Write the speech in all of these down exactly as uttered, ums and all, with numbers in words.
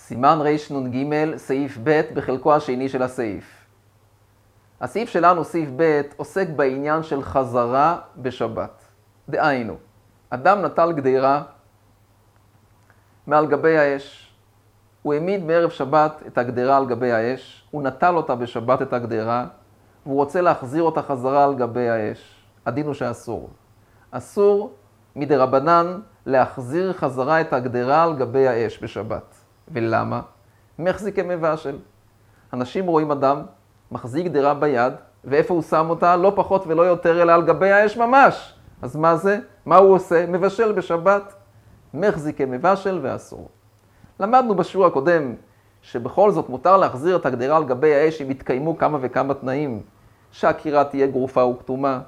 סימן רנ"ג, סעיף ב' בחלקו השני של הסעיף. הסעיף שלנו, סעיף ב', עוסק בעניין של חזרה בשבת. דהיינו, אדם נטל גדירה מעל גבי האש. הוא העמיד מערב שבת את הגדירה על גבי האש, הוא נטל אותה בשבת את הגדירה, והוא רוצה להחזיר אותה חזרה על גבי האש. הדין הוא שאסור. אסור מדרבנן להחזיר חזרה את הגדירה על גבי האש בשבת. ולמה? מחזיק כמבשל. אנשים רואים אדם, מחזיק גדירה ביד, ואיפה הוא שם אותה? לא פחות ולא יותר, אלא על גבי האש ממש. אז מה זה? מה הוא עושה? מבשל בשבת. מחזיק כמבשל ואסור. למדנו בשיעור הקודם שבכל זאת מותר להחזיר את הגדירה על גבי האש אם יתקיימו כמה וכמה תנאים. שהקירה תהיה גרופה וכתומה,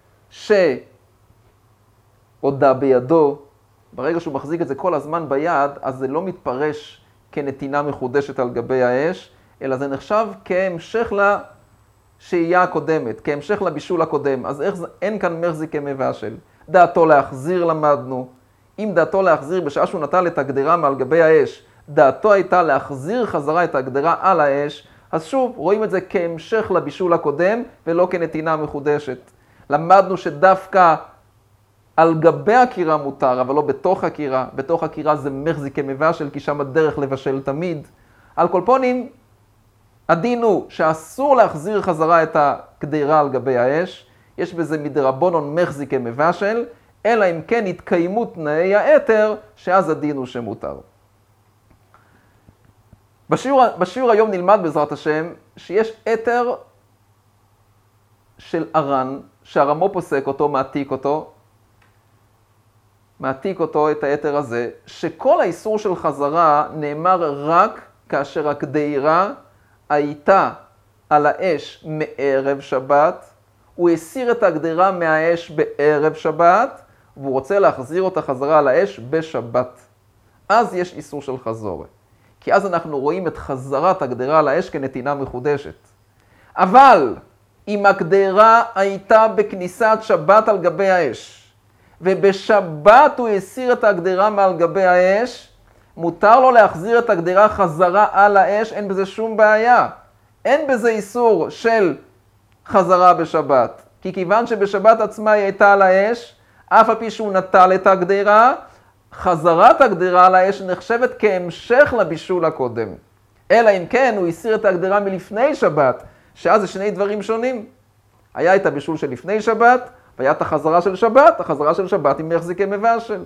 שעודה בידו. ברגע שהוא מחזיק את זה כל הזמן ביד, אז זה לא מתפרש כנתינה מחודשת על גבי האש, אלא זה נחשב כהמשך לשהייה הקודמת, כהמשך לבישול הקודם. אז איך זה, אין כאן מחזיק כמבשל. דעתו להחזיר למדנו. אם דעתו להחזיר בשעה שהוא נטל את הגדירה מעל גבי האש, דעתו הייתה להחזיר חזרה את הגדירה על האש, אז שוב רואים את זה כהמשך לבישול הקודם ולא כנתינה מחודשת. למדנו שדווקא על גבי הקירה מותר, אבל לא בתוך הקירה. בתוך הקירה זה מחזיק כמבשל, כי שם הדרך לבשל תמיד. על כל פונים, הדין הוא שאסור להחזיר חזרה את הגדירה על גבי האש. יש בזה מדרבנן מחזיק כמבשל, אלא אם כן יתקיימו תנאי היתר, שאז הדין הוא שמותר. בשיעור, בשיעור היום נלמד בעזרת השם שיש היתר של ארן, שהרמו פוסק אותו, מעתיק אותו, מעתיק אותו את היתר הזה, שכל האיסור של חזרה נאמר רק כאשר הגדירה הייתה על האש מערב שבת, הוא הסיר את הגדירה מהאש בערב שבת, והוא רוצה להחזיר אותה חזרה על האש בשבת. אז יש איסור של חזורה. כי אז אנחנו רואים את חזרת הגדירה על האש כנתינה מחודשת. אבל אם הגדירה הייתה בכניסת שבת על גבי האש, ובשבת הוא הסיר את הגדירה מעל גבי האש, מותר לו להחזיר את הגדירה חזרה על האש, אין בזה שום בעיה. אין בזה איסור של חזרה בשבת. כי כיוון שבשבת עצמה היא הייתה על האש, אף על פי שהוא נטל את הגדירה, חזרת הגדירה על האש נחשבת כהמשך לבישול הקודם. אלא אם כן הוא הסיר את הגדירה מלפני שבת, שאז זה שני דברים שונים. היה את הבישול של לפני שבת, והיה את החזרה של שבת, החזרה של שבת עם מחזיק כמבשל.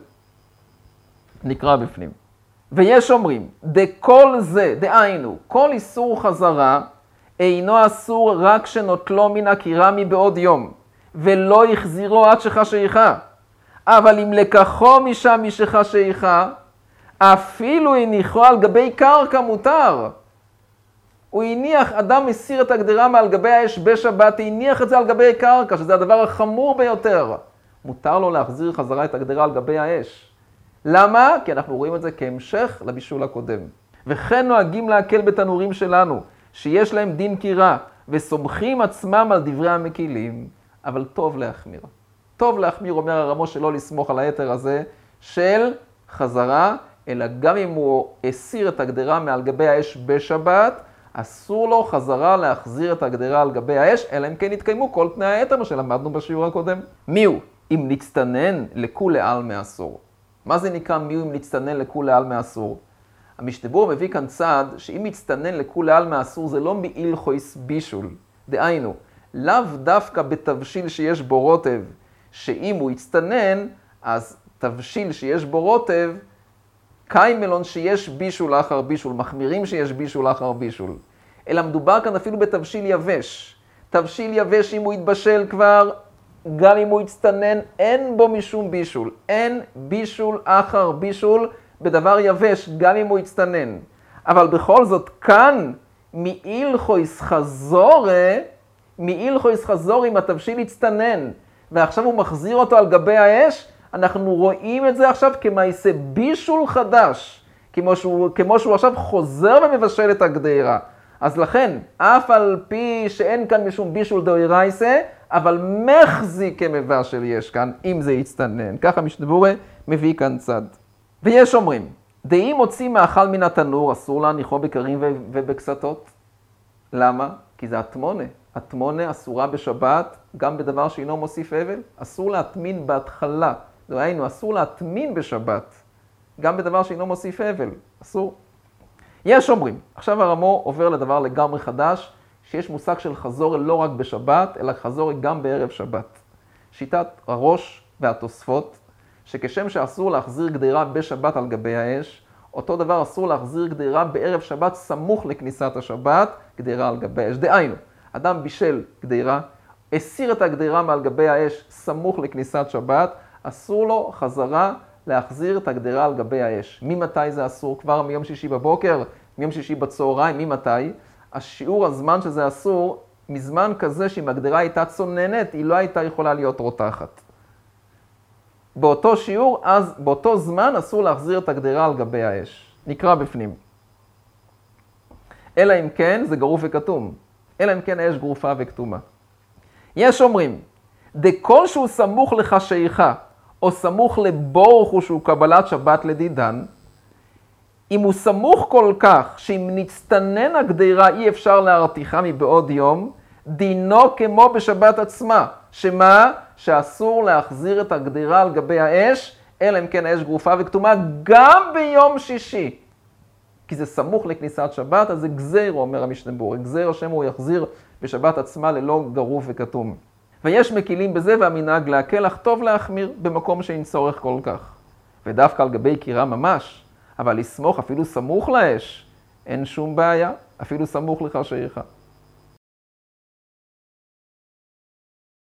נקרא בפנים. ויש אומרים, דכל זה, דהיינו, כל איסור חזרה, אינו אסור רק שנוטלו מן הקירה מבעוד יום, ולא יחזירו עד שחשייכה. אבל אם לקחו משם משחשייכה, אפילו הניחו על גבי קרקע מותר. הוא הניח, אדם הסיר את הגדירה מעל גבי האש בשבת, הניח את זה על גבי קרקע, שזה הדבר החמור ביותר. מותר לו להחזיר חזרה את הגדירה על גבי האש. למה? כי אנחנו רואים את זה כהמשך לבישול הקודם. וכן נוהגים להקל בתנורים שלנו, שיש להם דין קירה, וסומכים עצמם על דברי המקילים, אבל טוב להחמיר. טוב להחמיר, אומר הרמו, שלא לסמוך על היתר הזה של חזרה, אלא גם אם הוא הסיר את הגדירה מעל גבי האש בשבת, אסור לו חזרה להחזיר את הגדירה על גבי האש, אלא אם כן יתקיימו כל תנאי היתר, מה שלמדנו בשיעור הקודם. מיהו? אם נצטנן לכולי עלמא אסור. מה זה נקרא מיהו אם נצטנן לכולי עלמא אסור? המשתבר מביא כאן צד שאם יצטנן לכולי עלמא אסור זה לא מהילכויס בישול. דהיינו, לאו דווקא בתבשיל שיש בו רוטב, שאם הוא יצטנן, אז תבשיל שיש בו רוטב, קיימלון שיש בישול אחר בישול, מחמירים שיש בישול אחר בישול. אלא מדובר כאן אפילו בתבשיל יבש. תבשיל יבש אם הוא יתבשל כבר, גם אם הוא יצטנן, אין בו משום בישול. אין בישול אחר בישול בדבר יבש, גם אם הוא יצטנן. אבל בכל זאת, כאן מאילכויס חזורה, מאילכויס חזורה אם התבשיל יצטנן, ועכשיו הוא מחזיר אותו על גבי האש, אנחנו רואים את זה עכשיו כמעשה בישול חדש, כמו שהוא, כמו שהוא עכשיו חוזר ומבשל את הגדירה. אז לכן, אף על פי שאין כאן משום בישול דאורייתא, אבל מחזיק כמבשל יש כאן, אם זה יצטנן. ככה משתבר מביא כאן צד. ויש אומרים, דאם מוציא מאכל מן התנור, אסור להניחו בקרים ובקסתות. למה? כי זה הטמונה. הטמונה אסורה בשבת, גם בדבר שאינו מוסיף אבל. אסור להטמין בהתחלה. דהיינו, אסור להטמין בשבת, גם בדבר שאינו מוסיף אבל. אסור. יש אומרים, עכשיו הרמו עובר לדבר לגמרי חדש, שיש מושג של חזור לא רק בשבת, אלא חזור גם בערב שבת. שיטת הראש והתוספות, שכשם שאסור להחזיר גדירה בשבת על גבי האש, אותו דבר אסור להחזיר גדירה בערב שבת סמוך לכניסת השבת, גדירה על גבי האש. דהיינו, אדם בישל גדירה, הסיר את הגדירה מעל גבי האש סמוך לכניסת שבת, אסור לו חזרה להחזיר את הגדירה על גבי האש. ממתי זה אסור? כבר מיום שישי בבוקר, מיום שישי בצהריים, ממתי? השיעור הזמן שזה אסור, מזמן כזה שאם הגדירה הייתה צוננת, היא לא הייתה יכולה להיות רותחת. באותו שיעור, אז באותו זמן אסור להחזיר את הגדירה על גבי האש. נקרא בפנים. אלא אם כן זה גרוף וכתום. אלא אם כן האש גרופה וכתומה. יש אומרים, דכל שהוא סמוך לחשייכה, או סמוך לבורך שהוא קבלת שבת לדידן, אם הוא סמוך כל כך שאם נצטנן הגדירה אי אפשר להרתיחה מבעוד יום, דינו כמו בשבת עצמה, שמה? שאסור להחזיר את הגדירה על גבי האש, אלא אם כן האש גרופה וכתומה גם ביום שישי. כי זה סמוך לכניסת שבת, אז זה גזיר, אומר המשנה ברורה, גזיר השם הוא יחזיר בשבת עצמה ללא גרוף וכתום. ויש מקילים בזה והמנהג להקל, אך טוב להחמיר במקום שאין צורך כל כך. ודווקא על גבי קירה ממש, אבל לסמוך אפילו סמוך לאש, אין שום בעיה, אפילו סמוך לחשייכה.